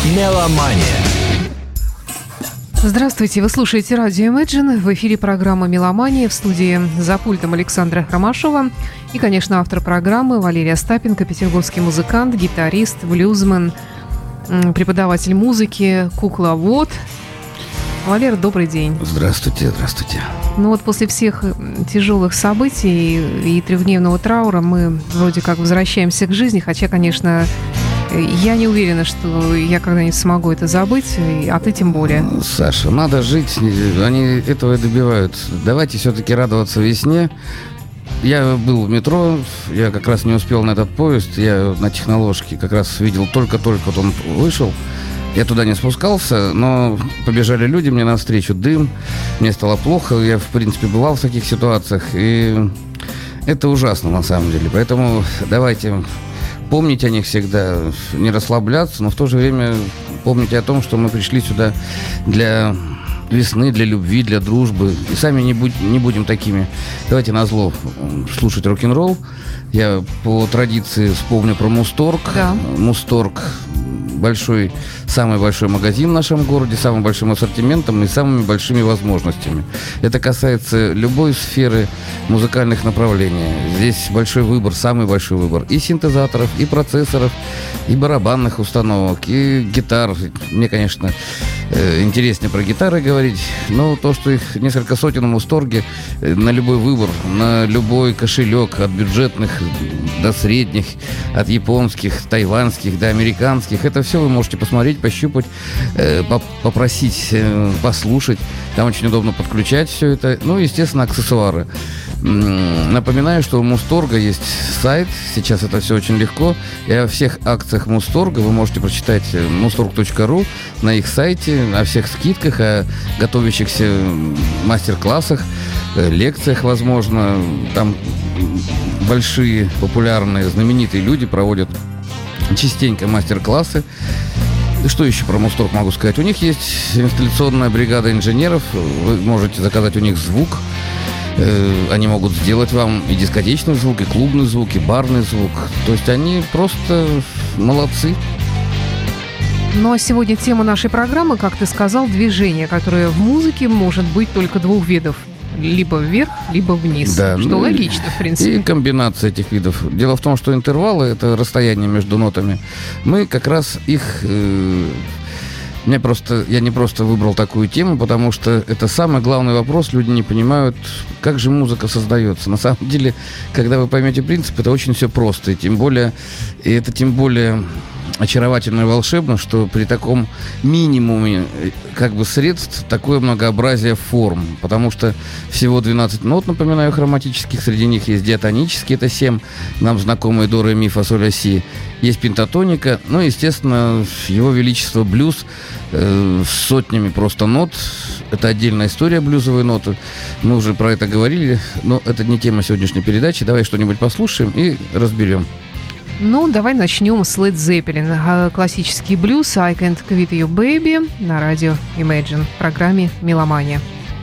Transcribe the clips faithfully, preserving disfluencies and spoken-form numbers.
Меломания. Здравствуйте, вы слушаете радио Imagine. В эфире программа «Меломания». В студии за пультом Александра Ромашова. И, конечно, автор программы Валерий Остапенко, петербургский музыкант, гитарист, блюзмен, преподаватель музыки, кукловод. Валер, добрый день. Здравствуйте, здравствуйте. Ну вот после всех тяжелых событий и трехдневного траура мы вроде как возвращаемся к жизни, хотя, конечно, я не уверена, что я когда-нибудь смогу это забыть, а ты тем более. Саша, надо жить, они этого и добиваются. Давайте все-таки радоваться весне. Я был в метро, я как раз не успел на этот поезд, я на Техноложке как раз видел только-только, вот он вышел. Я туда не спускался, но побежали люди мне навстречу, дым, мне стало плохо, я, в принципе, бывал в таких ситуациях, и это ужасно на самом деле. Поэтому давайте помнить о них всегда, не расслабляться, но в то же время помните о том, что мы пришли сюда для весны, для любви, для дружбы. И сами не, будь, не будем такими. Давайте назло слушать рок-н-ролл. Я по традиции вспомню про Мусторг. Да. Мусторг большой, самый большой магазин в нашем городе, самым большим ассортиментом и самыми большими возможностями. Это касается любой сферы музыкальных направлений. Здесь большой выбор, самый большой выбор и синтезаторов, и процессоров, и барабанных установок, и гитар. Мне, конечно, интереснее про гитары говорить, но то, что их несколько сотен в Мусторге, на любой выбор, на любой кошелек, от бюджетных до средних, от японских, тайванских до американских, это все вы можете посмотреть, пощупать, э, попросить, э, послушать. Там очень удобно подключать все это. Ну, естественно, аксессуары. М-м, напоминаю, что у Мусторга есть сайт. Сейчас это все очень легко. И о всех акциях Мусторга вы можете прочитать мусторг точка ру на их сайте, о всех скидках, о готовящихся мастер-классах, лекциях, возможно. Там большие, популярные, знаменитые люди проводят частенько мастер-классы. И что еще про Мусторг могу сказать? У них есть инсталляционная бригада инженеров. Вы можете заказать у них звук. Они могут сделать вам и дискотечный звук, и клубный звук, и барный звук. То есть они просто молодцы. Ну а сегодня тема нашей программы, как ты сказал, движение, которое в музыке может быть только двух видов. Либо вверх, либо вниз. Да, что ну, логично, в принципе. И комбинация этих видов. Дело в том, что интервалы — это расстояние между нотами. Мы как раз их... Э, мне просто, я не просто выбрал такую тему, потому что это самый главный вопрос. Люди не понимают, как же музыка создается. На самом деле, когда вы поймете принцип, это очень все просто. И тем более, и это тем более очаровательно и волшебно, что при таком минимуме как бы средств такое многообразие форм, потому что всего двенадцать нот, напоминаю, хроматических, среди них есть диатонические, это семь, нам знакомые до, ре, ми, фа, соль, ля, си, есть пентатоника, ну, естественно, его величество блюз э, с сотнями просто нот, это отдельная история блюзовой ноты, мы уже про это говорили, но это не тема сегодняшней передачи, давай что-нибудь послушаем и разберем. Ну, давай начнем с Led Zeppelin. Классический блюз «I Can't Quit You, Baby» на радио Imagine в программе «Меломания».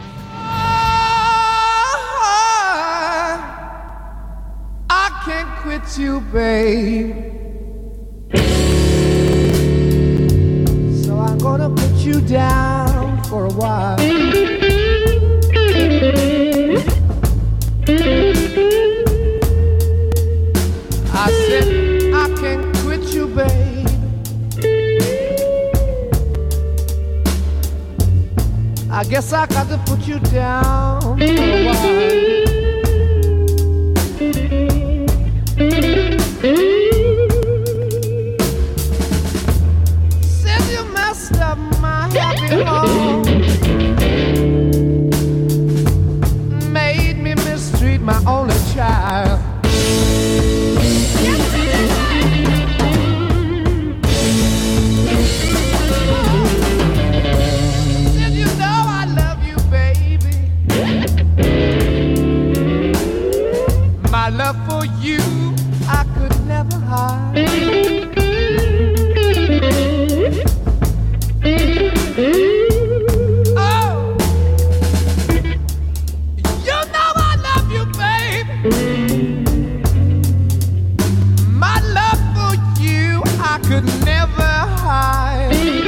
I can't quit you, babe. So I'm gonna put you down for a while. I said I can't quit you, babe. I guess I got to put you down for a while. Said you messed up my happy home, made me mistreat my only child. My love for you, I could never hide. Oh, you know I love you, baby. My love for you, I could never hide.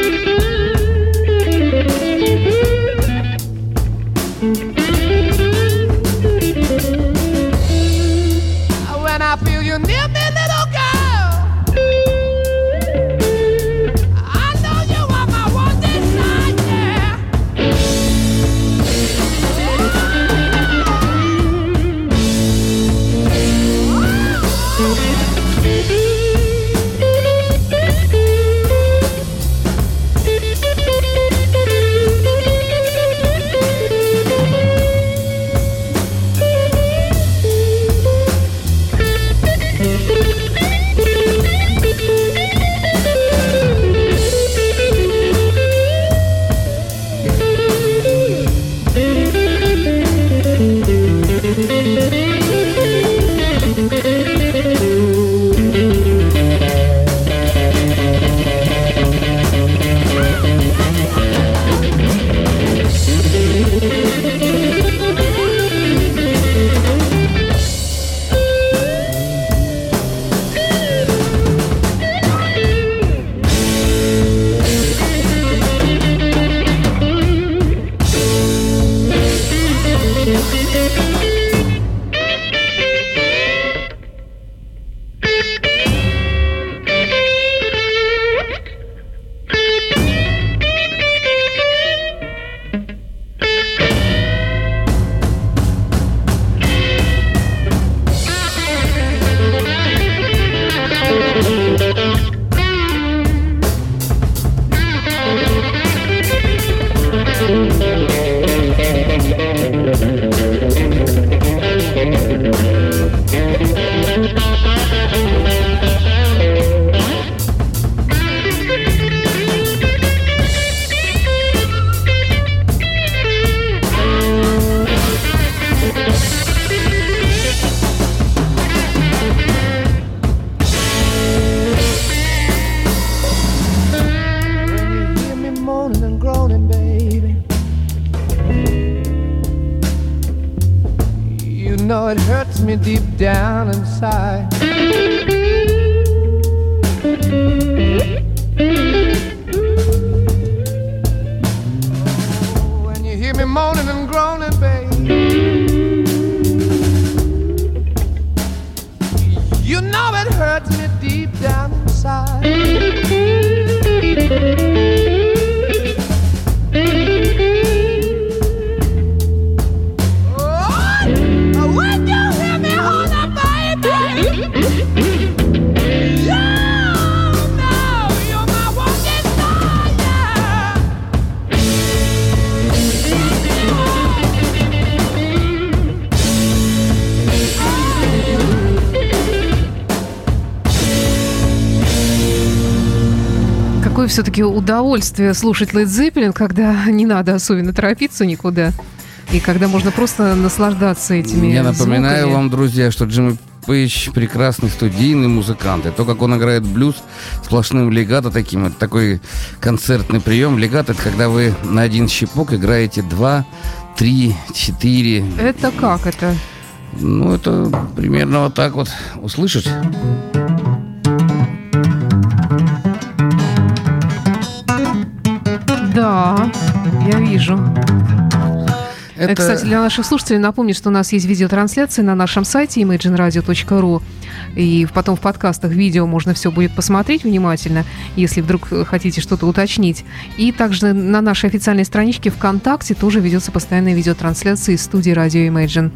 hurts me deep down inside. When you hear me moaning and groaning, babe, you know it hurts me deep down inside. Какое все-таки удовольствие слушать Led Zeppelin, когда не надо особенно торопиться никуда, и когда можно просто наслаждаться этими Я напоминаю звуками. вам, друзья, что Джимми Пейдж прекрасный студийный музыкант. И то, как он играет блюз сплошным легато таким, это такой концертный прием. Легато — это когда вы на один щипок играете два, три, четыре. Это как это? Ну, это примерно вот так вот. Услышать? Да, я вижу. Это... Кстати, для наших слушателей напомню, что у нас есть видеотрансляция на нашем сайте имейджин радио точка ру. И потом в подкастах видео можно все будет посмотреть внимательно, если вдруг хотите что-то уточнить. И также на нашей официальной страничке ВКонтакте тоже ведется постоянная видеотрансляция из студии радио Imagine.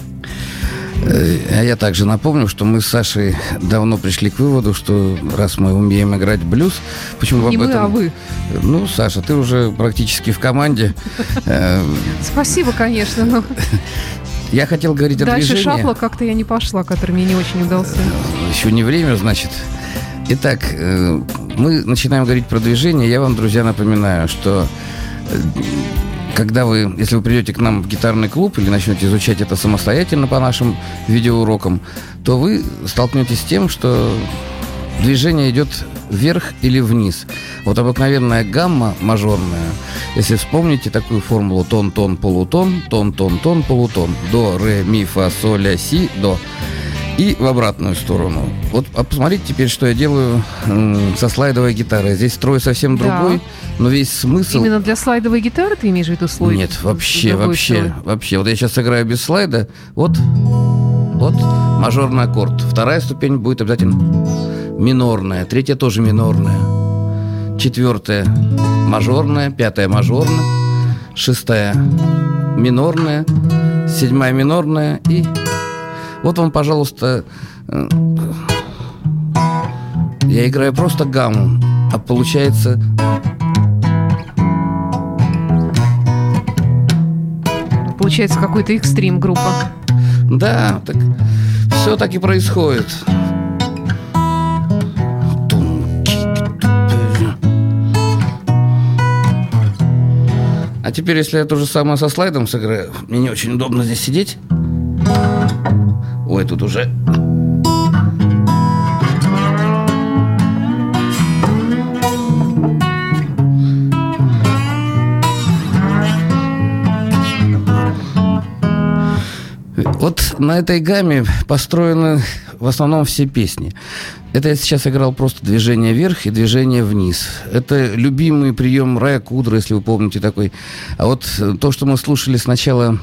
А я также напомню, что мы с Сашей давно пришли к выводу, что раз мы умеем играть блюз, почему Не об мы, этом... а вы. Ну, Саша, ты уже практически в команде. Спасибо, конечно, но Я хотел говорить о дальше движении. шафла как-то я не пошла, который мне не очень удался. Еще не время, значит. Итак, мы начинаем говорить про движение. Я вам, друзья, напоминаю, что когда вы, если вы придете к нам в гитарный клуб или начнете изучать это самостоятельно по нашим видеоурокам, то вы столкнетесь с тем, что движение идет вверх или вниз. Вот обыкновенная гамма мажорная, если вспомните такую формулу тон-тон, полутон, тон-тон-тон, полутон, до, ре, ми, фа, соль, ля, си, до. И в обратную сторону. Вот а посмотрите теперь, что я делаю м- со слайдовой гитарой. Здесь строй совсем Да. другой, но весь смысл... Именно для слайдовой гитары ты имеешь в виду слой? Нет, вообще, Другой вообще, слой? вообще. Вот я сейчас сыграю без слайда. Вот, вот мажорный аккорд. Вторая ступень будет обязательно минорная. Третья тоже минорная. Четвертая мажорная. Пятая мажорная. Шестая минорная. Седьмая минорная. И вот вам, пожалуйста, я играю просто гамму, а получается... Получается, какой-то экстрим группа. Да, так все так и происходит. А теперь, если я то же самое со слайдом сыграю, мне не очень удобно здесь сидеть. Ой, тут уже... Вот на этой гамме построены в основном все песни. Это я сейчас играл просто движение вверх и движение вниз. Это любимый прием Рая Кудра, если вы помните такой. А вот то, что мы слушали сначала,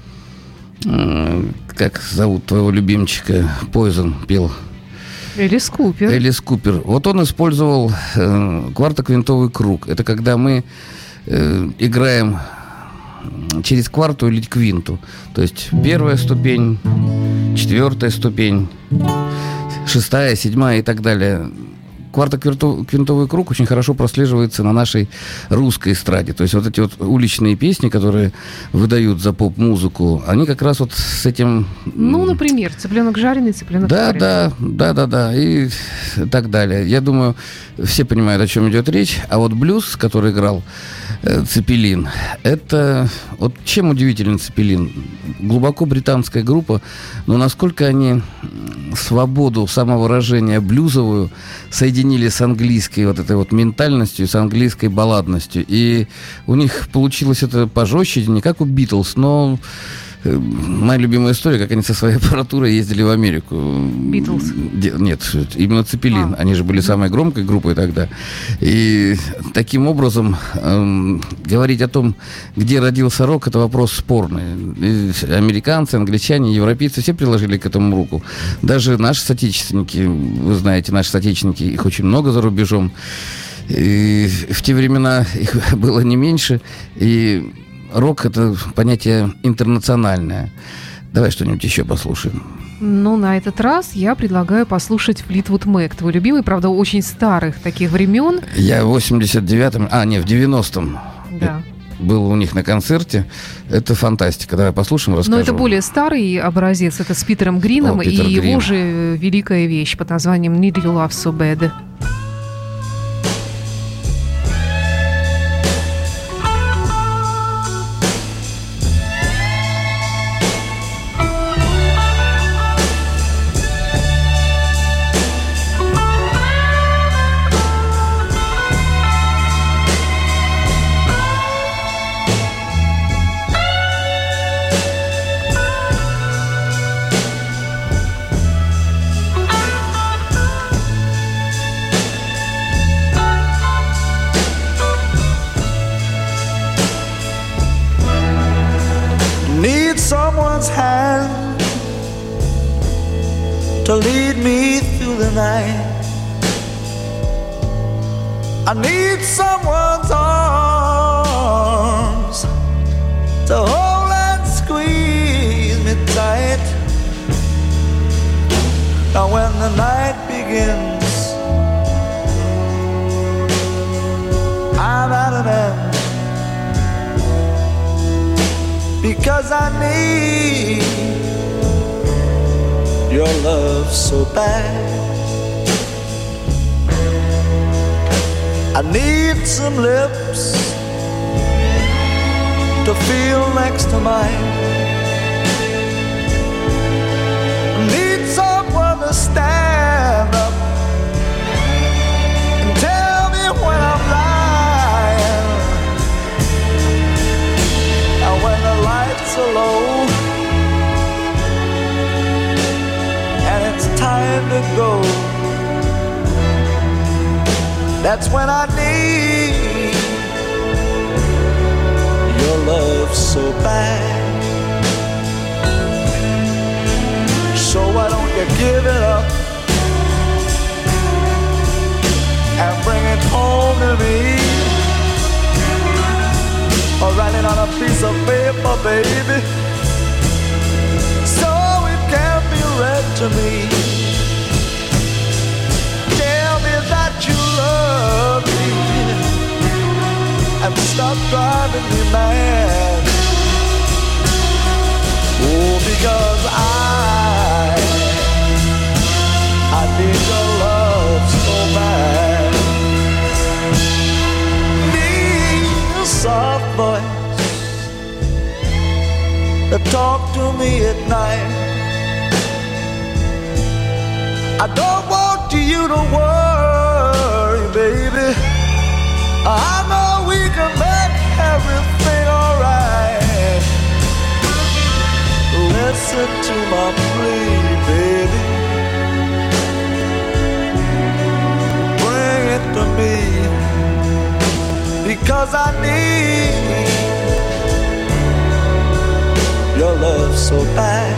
как зовут твоего любимчика, Poison пел. Элис Купер. Элис Купер. Вот он использовал э, квартоквинтовый круг. Это когда мы э, играем через кварту или квинту. То есть первая ступень, четвертая ступень, шестая, седьмая и так далее. Квартоквинтовый круг очень хорошо прослеживается на нашей русской эстраде. То есть вот эти вот уличные песни, которые выдают за поп-музыку, они как раз вот с этим... Ну, например, цыпленок жареный, цыпленок Да, жареный. да, да, да, да, и так далее. Я думаю, все понимают, о чем идет речь. А вот блюз, который играл э, Цепелин, это... Вот чем удивителен Цепелин? Глубоко британская группа, но насколько они свободу самовыражения блюзовую соединили с английской вот этой вот ментальностью, с английской балладностью. И у них получилось это пожестче, не как у Битлз, но Моя любимая история, как они со своей аппаратурой ездили в Америку. Битлз? Нет, именно Цепелин. А. Они же были самой громкой группой тогда. И таким образом эм, говорить о том, где родился рок, это вопрос спорный. И американцы, англичане, европейцы все приложили к этому руку. Даже наши соотечественники, вы знаете, наши соотечественники, их очень много за рубежом. И в те времена их было не меньше. И рок — это понятие интернациональное. Давай что-нибудь еще послушаем. Ну, на этот раз я предлагаю послушать Флитвуд Мэк. Твой любимый, правда, очень старых таких времен. Я в восемьдесят девятом, а, не, в девяностом да. был у них на концерте. Это фантастика. Давай послушаем, расскажу. Но это более старый образец. Это с Питером Грином. О, Питер и Грин. Его же великая вещь под названием «Need You Love So Bad». Someone's hand to lead me through the night. I need someone's arms to hold and squeeze me tight. Now when the night begins, I'm at an end, because I need your love so bad. I need some lips to feel next to mine. I need someone to stand up and tell me when I'm lying. And when the lights are low and it's time to go, that's when I need your love so bad. So why don't you give it up and bring it home to me? Or write it on a piece of paper, baby, so it can be read to me. Tell me that you love me and stop driving me mad. Oh, because I, I need your love so bad. Need a soft voice to talk to me at night. I don't want you to worry, baby. I know we can make everything alright. Listen to my plea, baby. Bring it to me, because I need your love so bad.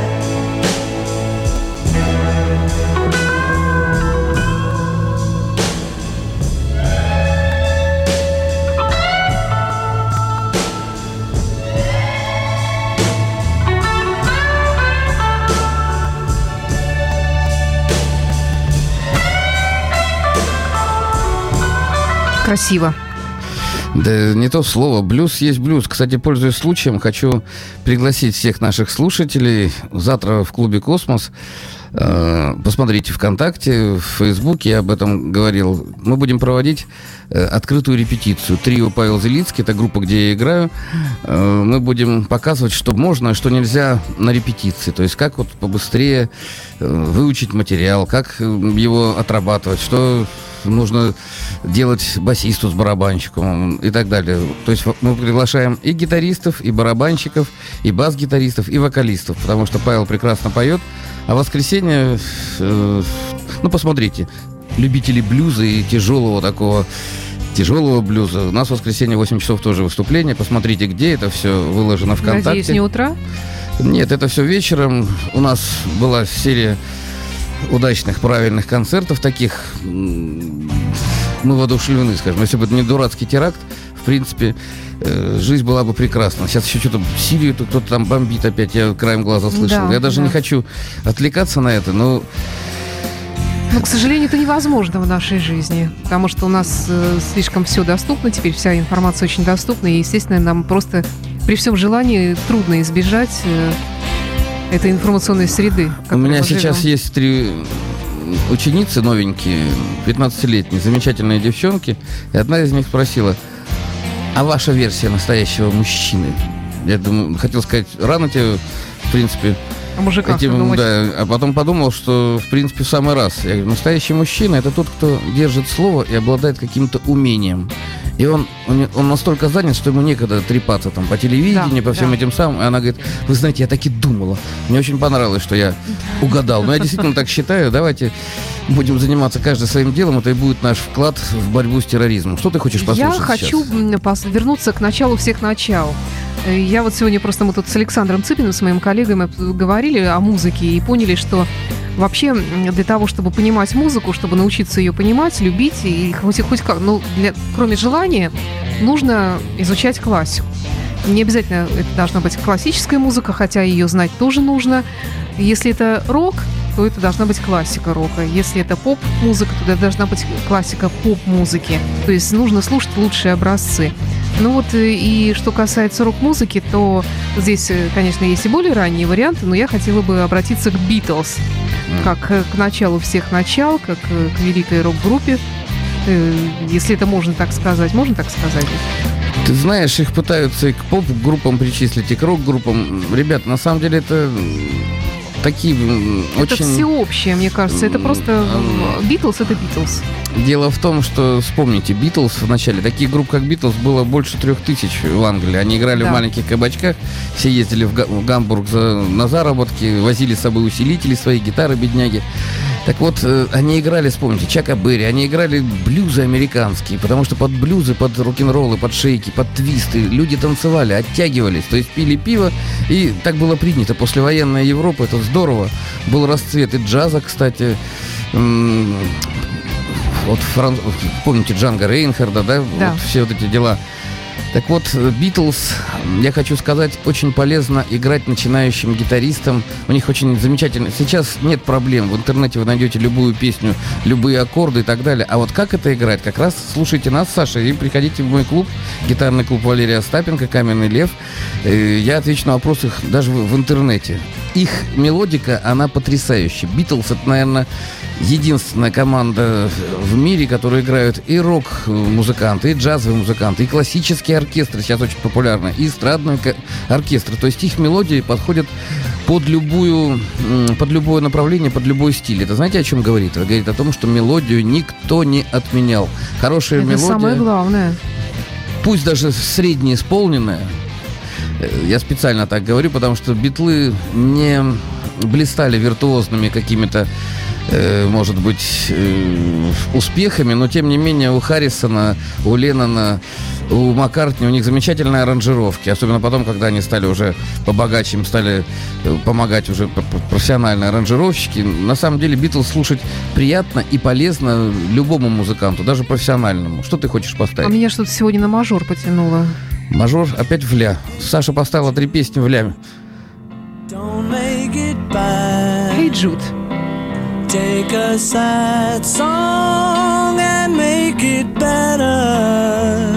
Красиво. Да не то слово. Блюз есть блюз. Кстати, пользуясь случаем, хочу пригласить всех наших слушателей завтра в клубе «Космос». Посмотрите ВКонтакте, в Фейсбуке, я об этом говорил. Мы будем проводить открытую репетицию. Трио Павел Зелицкий, это группа, где я играю. Мы будем показывать, что можно, а что нельзя на репетиции. То есть как вот побыстрее выучить материал, как его отрабатывать, что нужно делать басисту с барабанщиком и так далее. То есть мы приглашаем и гитаристов, и барабанщиков, и бас-гитаристов, и вокалистов, потому что Павел прекрасно поет. А в воскресенье, э, ну, посмотрите, любители блюза и тяжелого такого, тяжелого блюза. У нас в воскресенье в восемь часов тоже выступление. Посмотрите, где это все выложено ВКонтакте. Надеюсь, не утра? Нет, это все вечером. У нас была серия удачных, правильных концертов таких. Мы воодушевлены, скажем. Если бы это не дурацкий теракт, в принципе, э, жизнь была бы прекрасна. Сейчас еще что-то Сирию кто-то там бомбит опять, я краем глаза слышал. Да, я даже да. не хочу отвлекаться на это, но... Но, к сожалению, это невозможно в нашей жизни, потому что у нас э, слишком все доступно, теперь вся информация очень доступна, и, естественно, нам просто при всем желании трудно избежать э, этой информационной среды. в У которой меня мы сейчас живем. есть три ученицы новенькие, пятнадцатилетние, замечательные девчонки, и одна из них спросила: а ваша версия настоящего мужчины? Я думаю, хотел сказать, рано тебе, в принципе, О мужиках этим, подумать. да, а потом подумал, что, в принципе, в самый раз. Я говорю, настоящий мужчина — это тот, кто держит слово и обладает каким-то умением. И он, он, он настолько занят, что ему некогда трепаться там по телевидению, Да, по всем да. этим самым. И она говорит: вы знаете, я так и думала. Мне очень понравилось, что я угадал. Но я действительно так считаю. Давайте будем заниматься каждый своим делом. Это и будет наш вклад в борьбу с терроризмом. Что ты хочешь послушать Я хочу сейчас? м, пос- вернуться к началу всех начал. Э, Я вот сегодня просто мы тут с Александром Цыпиным, с моим коллегой, мы говорили о музыке и поняли, что вообще м, для того, чтобы понимать музыку, чтобы научиться ее понимать, любить, и хоть, хоть как, ну, для, кроме желания, нужно изучать классику. Не обязательно это должна быть классическая музыка, хотя ее знать тоже нужно. Если это рок, то это должна быть классика рока. Если это поп-музыка, то это должна быть классика поп-музыки. То есть нужно слушать лучшие образцы. Ну вот э, и что касается рок-музыки, то здесь, э, конечно, есть и более ранние варианты, но я хотела бы обратиться к Битлз, М. как э, к началу всех начал, как э, к великой рок-группе. Э, Если это можно так сказать. Можно так сказать? Ты знаешь, их пытаются и к поп-группам причислить, и к рок-группам. Ребят, на самом деле это м, такие м, Это очень... всеобщее, мне кажется. Это просто... М, Битлз — это Битлз. Дело в том, что, вспомните, Битлз в начале, таких групп, как Битлз, было больше трех тысяч в Англии. Они играли Да. в маленьких кабачках, все ездили в, Га- в Гамбург за, на заработки, возили с собой усилители, свои гитары, бедняги. Так вот, э, они играли, вспомните, Чака Берри, они играли блюзы американские, потому что под блюзы, под рок-н-роллы, под шейки, под твисты люди танцевали, оттягивались, то есть пили пиво, и так было принято. Послевоенная Европа, это здорово. Был расцвет и джаза, кстати. М, Вот Фран... помните Джанго Рейнхарда, да? Да. Вот все вот эти дела. Так вот, Битлз, я хочу сказать, очень полезно играть начинающим гитаристам. У них очень замечательно. Сейчас нет проблем. В интернете вы найдете любую песню, любые аккорды и так далее. А вот как это играть? Как раз слушайте нас, Саша, и приходите в мой клуб, гитарный клуб Валерия Остапенко, «Каменный лев». Э, Я отвечу на вопросы даже в в интернете. Их мелодика, она потрясающая. Битлз — это, наверное, единственная команда в мире, которая играют и рок-музыканты, и джазовые музыканты, и классические оркестры, сейчас очень популярны, и эстрадные ка- оркестры. То есть их мелодии подходят под любую, м, под любое направление, под любой стиль. Это знаете, о чем говорит? Это говорит о том, что мелодию никто не отменял. Хорошая Это мелодия, самое главное. пусть даже среднеисполненная. Э, Я специально так говорю, потому что Битлы не блистали виртуозными какими-то, э, может быть, э, успехами, но тем не менее у Харрисона, у Леннона, у Маккартни у них замечательные аранжировки, особенно потом, когда они стали уже побогаче, им стали э, помогать уже п- п- профессиональные аранжировщики. На самом деле Битлз слушать приятно и полезно любому музыканту, даже профессиональному. Что ты хочешь А поставить? меня что-то сегодня на мажор потянуло. Мажор опять в ля. Саша поставила три песни в ля. Don't make it bad. Hey, Jude. Take a sad song and make it better.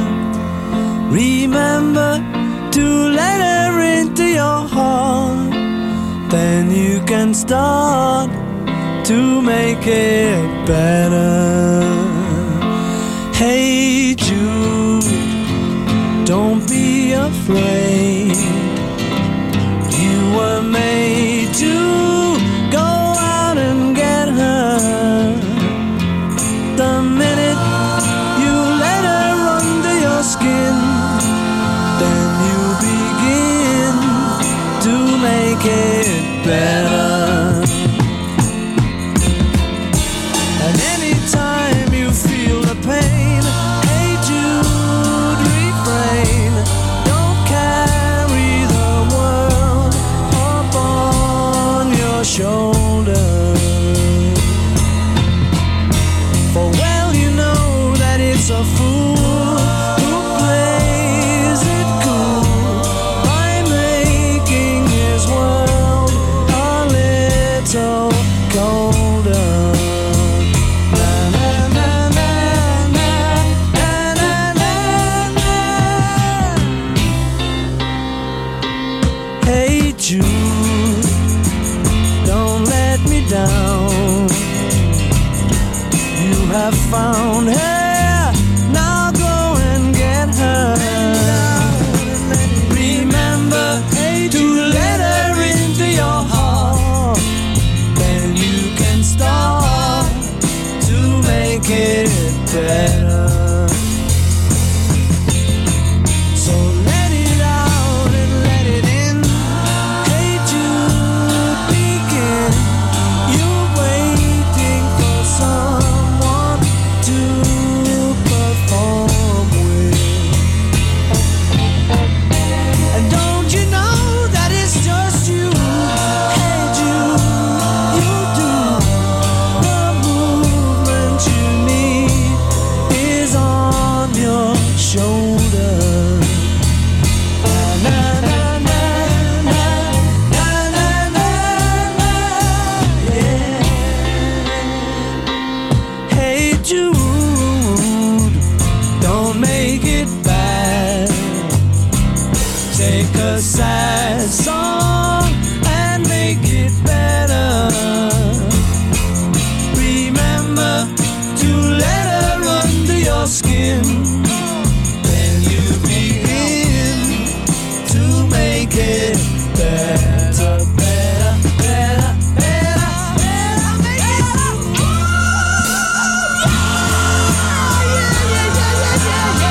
Remember to let her into your heart. Then you can start to make it better. Hey Jude, don't be afraid. You were made to go out and get her. The minute better. So let it out and let it in. Hey Jude, begin. You're waiting for someone to perform with. And don't you know that it's just you? Hey Jude, you do. The movement you need is on your shoulder. Na, na, na, na, na, na, na, na, yeah. Hey Jude, don't make it bad. Take a sad song and make it better. Remember to let her under your skin. Then you begin to make it better, better, better, better, better, make it better. Yeah, yeah, yeah, yeah, yeah,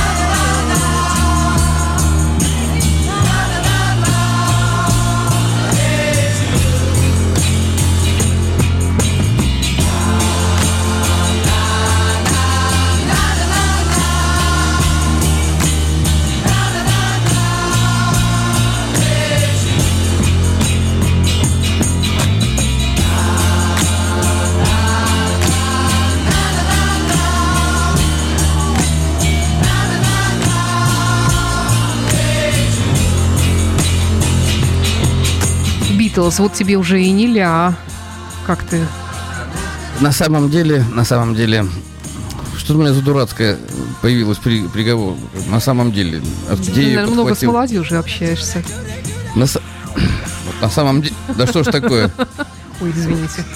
Битлз, вот тебе уже и не ля. Как ты? На самом деле, на самом деле, что у меня за дурацкое появилось при, приговор? На самом деле, от где Ты, я наверное, много с подхватил? молодежью общаешься. На, са- вот на самом деле, да что ж такое? Ой, извините.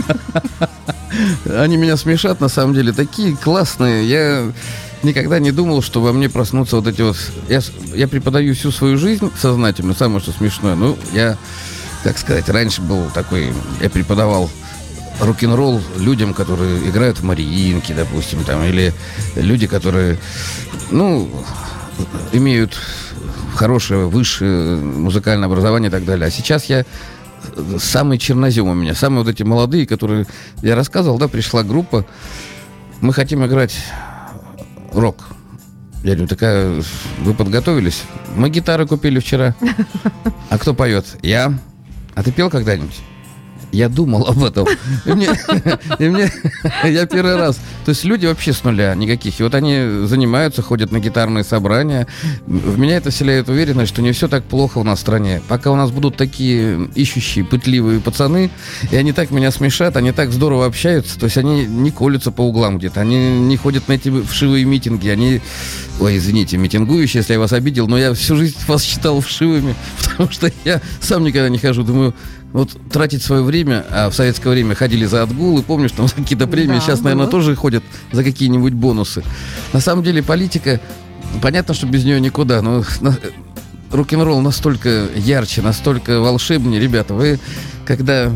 Они меня смешат, на самом деле, такие классные. Я никогда не думал, что во мне проснутся вот эти вот... Я, с- я преподаю всю свою жизнь сознательно, самое что смешное. Ну, я, как сказать, раньше был такой... Я преподавал рок-н-ролл людям, которые играют в Мариинке, допустим, там, или люди, которые, ну, имеют хорошее, высшее музыкальное образование и так далее. А сейчас я самый чернозем у меня, самые вот эти молодые, которые... Я рассказывал, да, пришла группа, мы хотим играть рок. Я говорю, такая, вы подготовились? Мы гитары купили вчера. А кто поет? Я. А ты пел когда-нибудь? Я думал об этом. И мне, и мне, я первый раз. То есть люди вообще с нуля, никаких. И вот они занимаются, ходят на гитарные собрания. В меня это вселяет уверенность, что не все так плохо у нас в стране. Пока у нас будут такие ищущие, пытливые пацаны, и они так меня смешат, они так здорово общаются. То есть они не колются по углам где-то, они не ходят на эти вшивые митинги, они... Ой, извините, митингующие, если я вас обидел, но я всю жизнь вас считал вшивыми, потому что я сам никогда не хожу. Думаю, вот тратить свое время, а в советское время ходили за отгулы, помнишь, там за какие-то премии, Да, сейчас, наверное, было. тоже ходят за какие-нибудь бонусы. На самом деле политика, понятно, что без нее никуда, но на- рок-н-ролл настолько ярче, настолько волшебнее. Ребята, вы, когда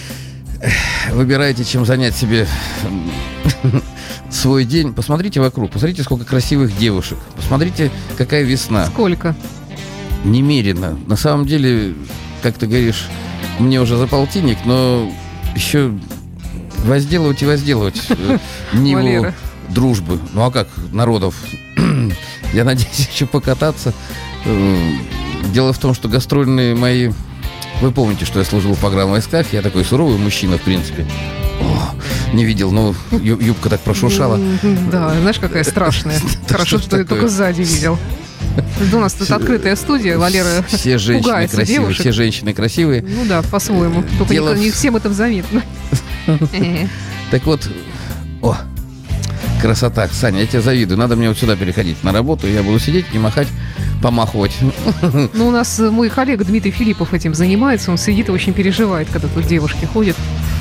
эх, выбираете, чем занять себе м, свой день, посмотрите вокруг, посмотрите, сколько красивых девушек, посмотрите, какая весна. Сколько? Немерено. На самом деле, как ты говоришь, мне уже за полтинник, но еще возделывать и возделывать э, ниву Валера. дружбы. Ну а как народов? Я надеюсь еще покататься. Э, Дело в том, что гастрольные мои... Вы помните, что я служил в погранвойсках. Я такой суровый мужчина, в принципе. О, не видел, но ю- юбка так прошуршала. М, Да, знаешь, какая страшная. Хорошо, что ж что я такое? только сзади видел. У нас тут открытая студия, Валера Все женщины пугается красивые, девушек. все женщины красивые. Ну да, по-своему. Только Дело не, в- не всем это заметно. Э. Так вот, о, красота. Саня, я тебе завидую. Надо мне вот сюда переходить на работу. Я буду сидеть и махать, помахивать. Ну, у нас э, мой коллега Дмитрий Филиппов этим занимается. Он сидит и очень переживает, когда тут девушки ходят.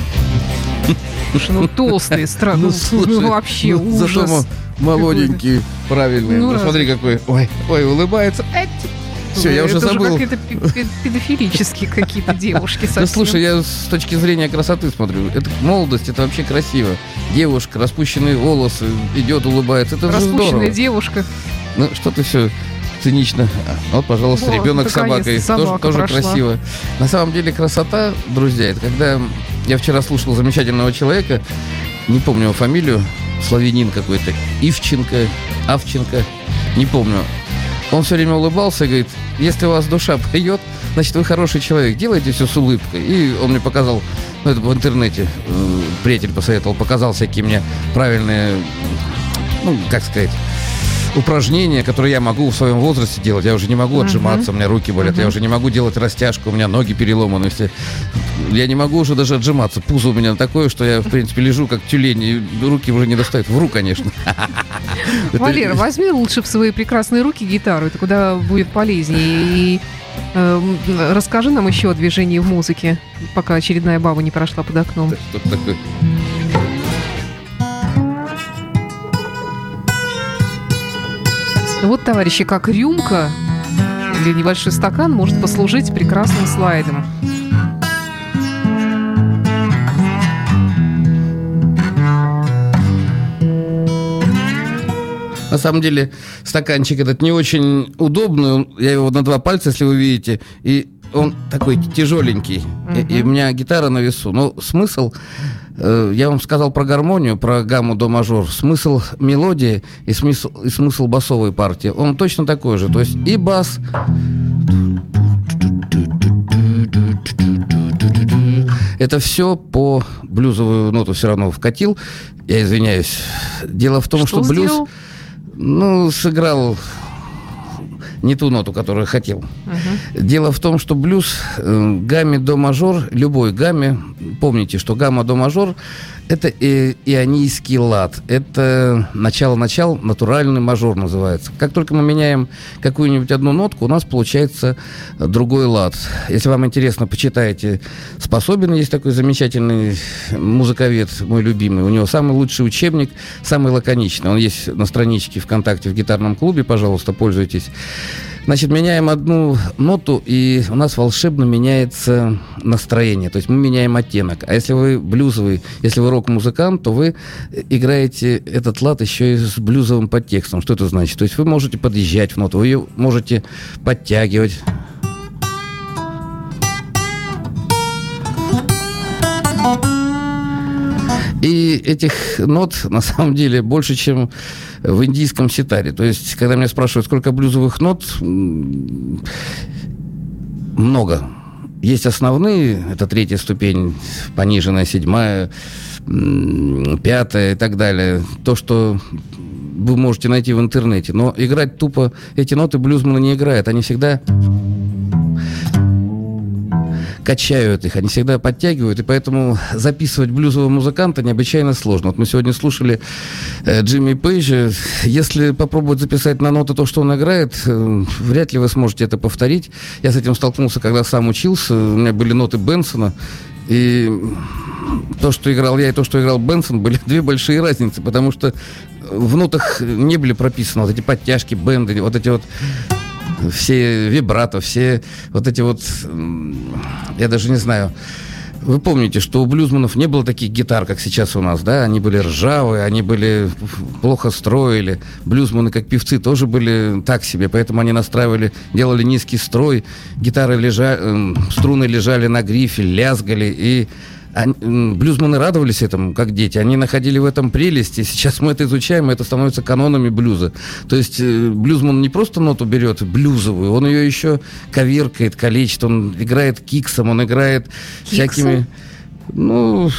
Слушай, ну толстые, страшные. Ну, вообще ну, зато ужас. мо- молоденький, правильный. Ну, Ну, смотри, какой. Ой, ой, улыбается. Эть. Все, я уже это забыл. Уже какие-то педофилические какие-то девушки совсем. Да слушай, я с точки зрения красоты смотрю. Это молодость, это вообще красиво. Девушка, распущенные волосы, идет, улыбается. Это же здорово. Распущенная девушка. Ну, что ты все цинично. Вот, пожалуйста, О, ребенок с собакой. Тоже, тоже красиво. На самом деле красота, друзья, это когда... Я вчера слушал замечательного человека, не помню его фамилию, славянин какой-то, Ивченко, Авченко, не помню. Он все время улыбался и говорит, если у вас душа поет, значит, вы хороший человек, делайте все с улыбкой. И он мне показал, ну, это в интернете, э, приятель посоветовал, показал всякие мне правильные, ну, как сказать, упражнения, которые я могу в своем возрасте делать. Я уже не могу отжиматься, uh-huh. у меня руки болят, uh-huh. я уже не могу делать растяжку, у меня ноги переломаны. Все. Я не могу уже даже отжиматься. Пузо у меня такое, что я, в принципе, лежу как тюлень, и руки уже не достают. Вру, конечно. Валера, возьми лучше в свои прекрасные руки гитару, это куда будет полезнее. И э, расскажи нам еще о движении в музыке, пока очередная баба не прошла под окном. Что такое? Вот, товарищи, как рюмка или небольшой стакан может послужить прекрасным слайдом. На самом деле, стаканчик этот не очень удобный. Я его на два пальца, если вы видите, и он такой тяжеленький. Uh-huh. И, и у меня гитара на весу. Но смысл... Э, я вам сказал про гармонию, про гамму до мажор. Смысл мелодии и смысл, и смысл басовой партии, он точно такой же. То есть и бас... Это все по блюзовую ноту все равно вкатил. Я извиняюсь. Дело в том, что, что блюз... Сделал? Ну, сыграл не ту ноту, которую хотел. Uh-huh. Дело в том, что блюз э, гамме до мажор, любой гамме, помните, что гамма до мажор это и, ионийский лад, это начало-начало, натуральный мажор называется. Как только мы меняем какую-нибудь одну нотку, у нас получается другой лад. Если вам интересно, почитайте. Способен, есть такой замечательный музыковед, мой любимый. У него самый лучший учебник, самый лаконичный. Он есть на страничке ВКонтакте в гитарном клубе, пожалуйста, пользуйтесь. Значит, меняем одну ноту, и у нас волшебно меняется настроение. То есть мы меняем оттенок. А если вы блюзовый, если вы рок-музыкант, то вы играете этот лад еще и с блюзовым подтекстом. Что это значит? То есть вы можете подъезжать в ноту, вы ее можете подтягивать. И этих нот, на самом деле, больше, чем в индийском ситаре. То есть, когда меня спрашивают, сколько блюзовых нот, много. Есть основные, это третья ступень, пониженная, седьмая, пятая и так далее. То, что вы можете найти в интернете. Но играть тупо эти ноты блюзманы не играют. Они всегда... качают их, они всегда подтягивают, и поэтому записывать блюзового музыканта необычайно сложно. Вот мы сегодня слушали э, Джимми Пейджа. Если попробовать записать на ноты то, что он играет, э, вряд ли вы сможете это повторить. Я с этим столкнулся, когда сам учился. У меня были ноты Бенсона, и то, что играл я, и то, что играл Бенсон, были две большие разницы, потому что в нотах не были прописаны вот эти подтяжки, бенды, вот эти вот все вибрато, все вот эти вот, я даже не знаю. Вы помните, что у блюзманов не было таких гитар, как сейчас у нас, да? Они были ржавые, они были плохо строили. Блюзманы, как певцы, тоже были так себе, поэтому они настраивали, делали низкий строй. Гитары лежали, струны лежали на грифе, лязгали, и они, блюзманы радовались этому, как дети. Они находили в этом прелесть, и сейчас мы это изучаем, и это становится канонами блюза. То есть блюзман не просто ноту берет блюзовую, он ее еще коверкает, калечит, он играет киксом, он играет киксом? Всякими... Ну...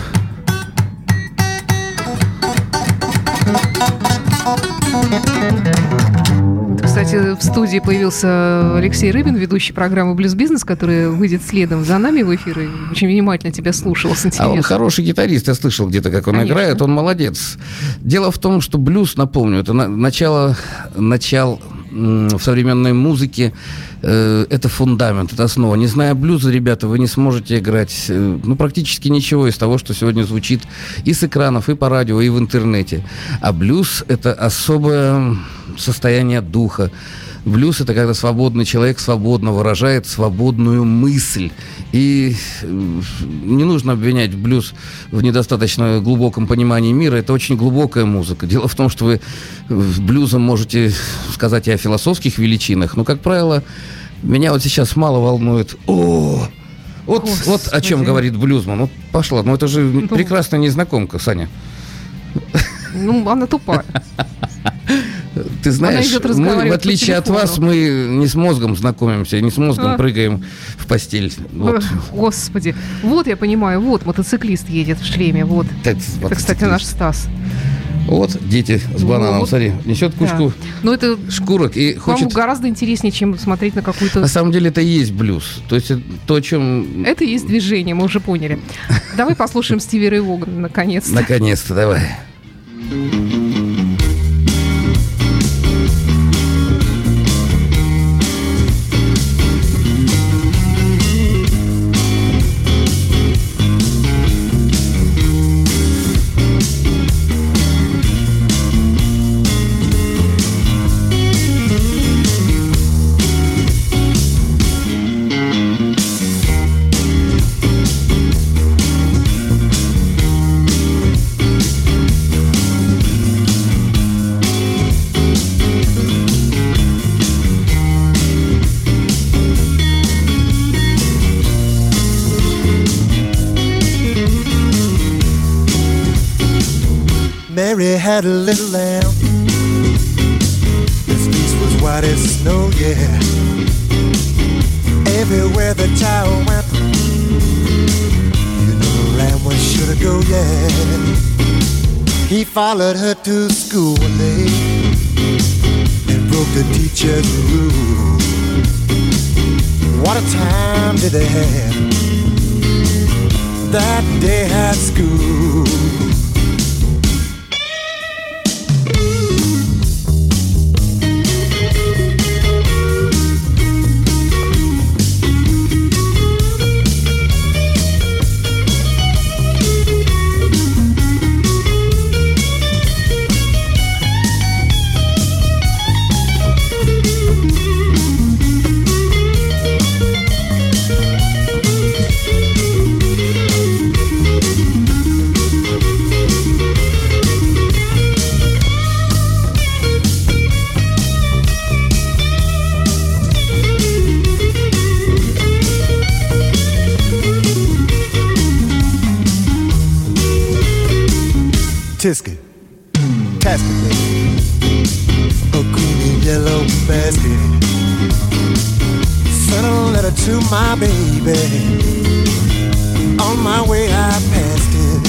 Кстати, в студии появился Алексей Рыбин, ведущий программы «Блюз-бизнес», который выйдет следом за нами в эфир и очень внимательно тебя слушал с интересом. А он хороший гитарист, я слышал где-то, как он Конечно. играет, он молодец. Дело в том, что блюз, напомню, это начало, начало в современной музыке, э, это фундамент, это основа. Не зная блюза, ребята, вы не сможете играть э, ну, практически ничего из того, что сегодня звучит и с экранов, и по радио, и в интернете. А блюз – это особое состояние духа, Блюз — это когда свободный человек свободно выражает свободную мысль. И не нужно обвинять блюз в недостаточно глубоком понимании мира. Это очень глубокая музыка. Дело в том, что вы блюзом можете сказать и о философских величинах, но, как правило, меня вот сейчас мало волнует. О, вот, вот о чем говорит блюзман. Вот пошла. Ну, это же ну, прекрасная незнакомка, Саня. Ну, она тупая. Ты знаешь, мы, в отличие от вас, мы не с мозгом знакомимся, не с мозгом а. прыгаем в постель. Вот. Господи. Вот я понимаю, вот мотоциклист едет в шлеме. Вот. Это, это кстати, наш Стас. Вот дети с бананом, ну, вот. Смотри, несет кучку да. ну, это шкурок и хочет... Вам гораздо интереснее, чем смотреть на какую-то... На самом деле это и есть блюз. То есть то, о чем... Это и есть движение, мы уже поняли. Давай послушаем Стиви Рэй Вогана, наконец-то. Наконец-то, давай. Mary had a little lamb. His fleece was white as snow, yeah. Everywhere the child went, you know the lamb was sure to go, yeah. He followed her to school one day and broke the teacher's rule. What a time did they have that day at school. Tisket, Tasket, a creamy yellow basket. Sent a letter to my baby. On my way I passed it.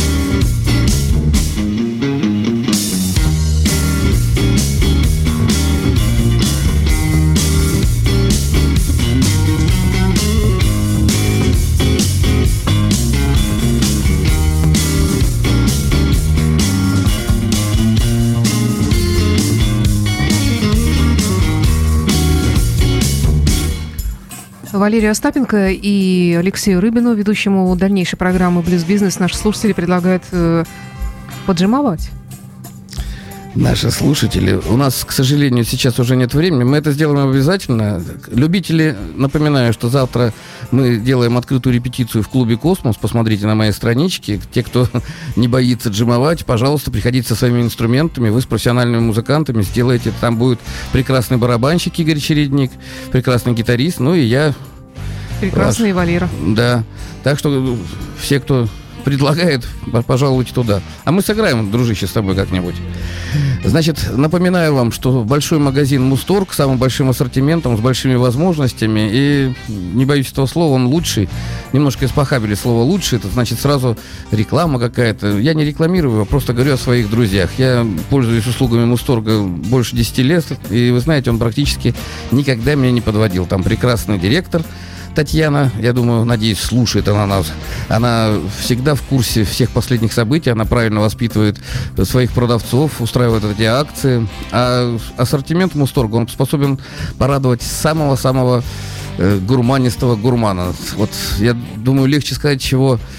Валерию Остапенко и Алексею Рыбину, ведущему дальнейшей программы «Блюз-бизнес», наши слушатели предлагают э, поджимовать. Наши слушатели, у нас, к сожалению, сейчас уже нет времени, мы это сделаем обязательно. Любители, напоминаю, что завтра мы делаем открытую репетицию в клубе «Космос», посмотрите на моей страничке. Те, кто не боится джимовать, пожалуйста, приходите со своими инструментами, вы с профессиональными музыкантами сделаете. Там будет прекрасный барабанщик Игорь Чередник, прекрасный гитарист, ну и я. Прекрасный ваш, Валера. Да, так что все, кто предлагает, пожалуйте туда. А мы сыграем, дружище, с тобой как-нибудь. Значит, напоминаю вам, что большой магазин «Мусторг» с самым большим ассортиментом, с большими возможностями. И, не боюсь этого слова, он лучший. Немножко испохабили слово «лучший». Это значит сразу реклама какая-то. Я не рекламирую, а просто говорю о своих друзьях. Я пользуюсь услугами «Мусторга» больше десяти лет. И, вы знаете, он практически никогда меня не подводил. Там прекрасный директор Татьяна, я думаю, надеюсь, слушает она нас. Она всегда в курсе всех последних событий, она правильно воспитывает своих продавцов, устраивает эти акции. А ассортимент Мусторга, он способен порадовать самого-самого э, гурманистого гурмана. Вот, я думаю, легче сказать, чего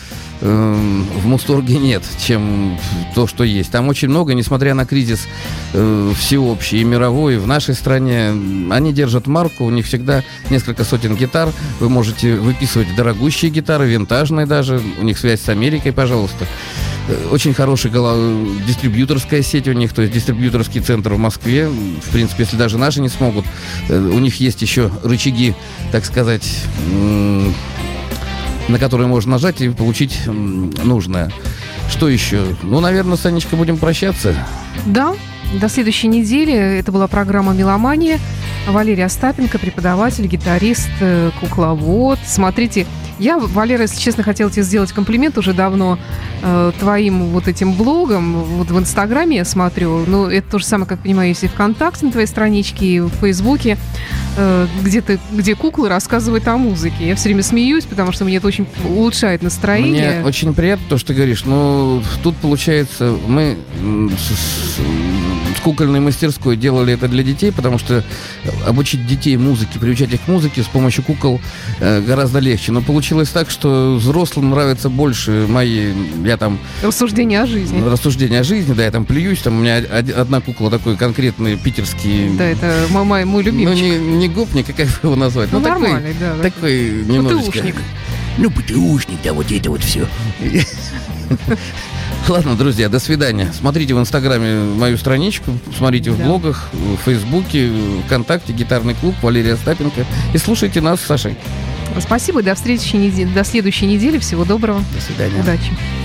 э, в Мусторге нет, чем то, что есть. Там очень много, несмотря на кризис э, всеобщий и мировой, в нашей стране они держат марку, у них всегда несколько сотен гитар. Вы можете выписывать дорогущие гитары, винтажные даже, у них связь с Америкой, пожалуйста. Очень хорошая дистрибьюторская сеть у них, то есть дистрибьюторский центр в Москве. В принципе, если даже наши не смогут, у них есть еще рычаги, так сказать, на которые можно нажать и получить нужное. Что еще? Ну, наверное, с Анечкой будем прощаться. Да, до следующей недели. Это была программа «Меломания». Валерий Остапенко, преподаватель, гитарист, кукловод. Смотрите, я, Валера, если честно, хотела тебе сделать комплимент уже давно э, твоим вот этим блогом. Вот в Инстаграме я смотрю. Ну, это то же самое, как понимаю, есть и ВКонтакте на твоей страничке, и в Фейсбуке, э, где, ты, где куклы рассказывают о музыке. Я все время смеюсь, потому что мне это очень улучшает настроение. Мне очень приятно то, что ты говоришь. Но тут, получается, мы с, с кукольной мастерской делали это для детей, потому что обучить детей музыке, приучать их к музыке с помощью кукол э, гораздо легче. Но получилось так, что взрослым нравится больше мои, я там... Рассуждения о жизни. Рассуждения о жизни, да, я там плююсь, там у меня одна кукла такой конкретный питерский... Да, это мой, мой любимчик. Ну, не, не гопник, а как его назвать? Ну, ну нормальный, такой, да. Такой немножечко... ПТУшник. Ну, ПТУшник, да, вот это вот все. Ладно, друзья, до свидания. Смотрите в Инстаграме мою страничку, смотрите в да. блогах, в Фейсбуке, ВКонтакте, гитарный клуб Валерия Остапенко. И слушайте нас с Сашей. Спасибо, до, встречи, до следующей недели. Всего доброго. До свидания. Удачи.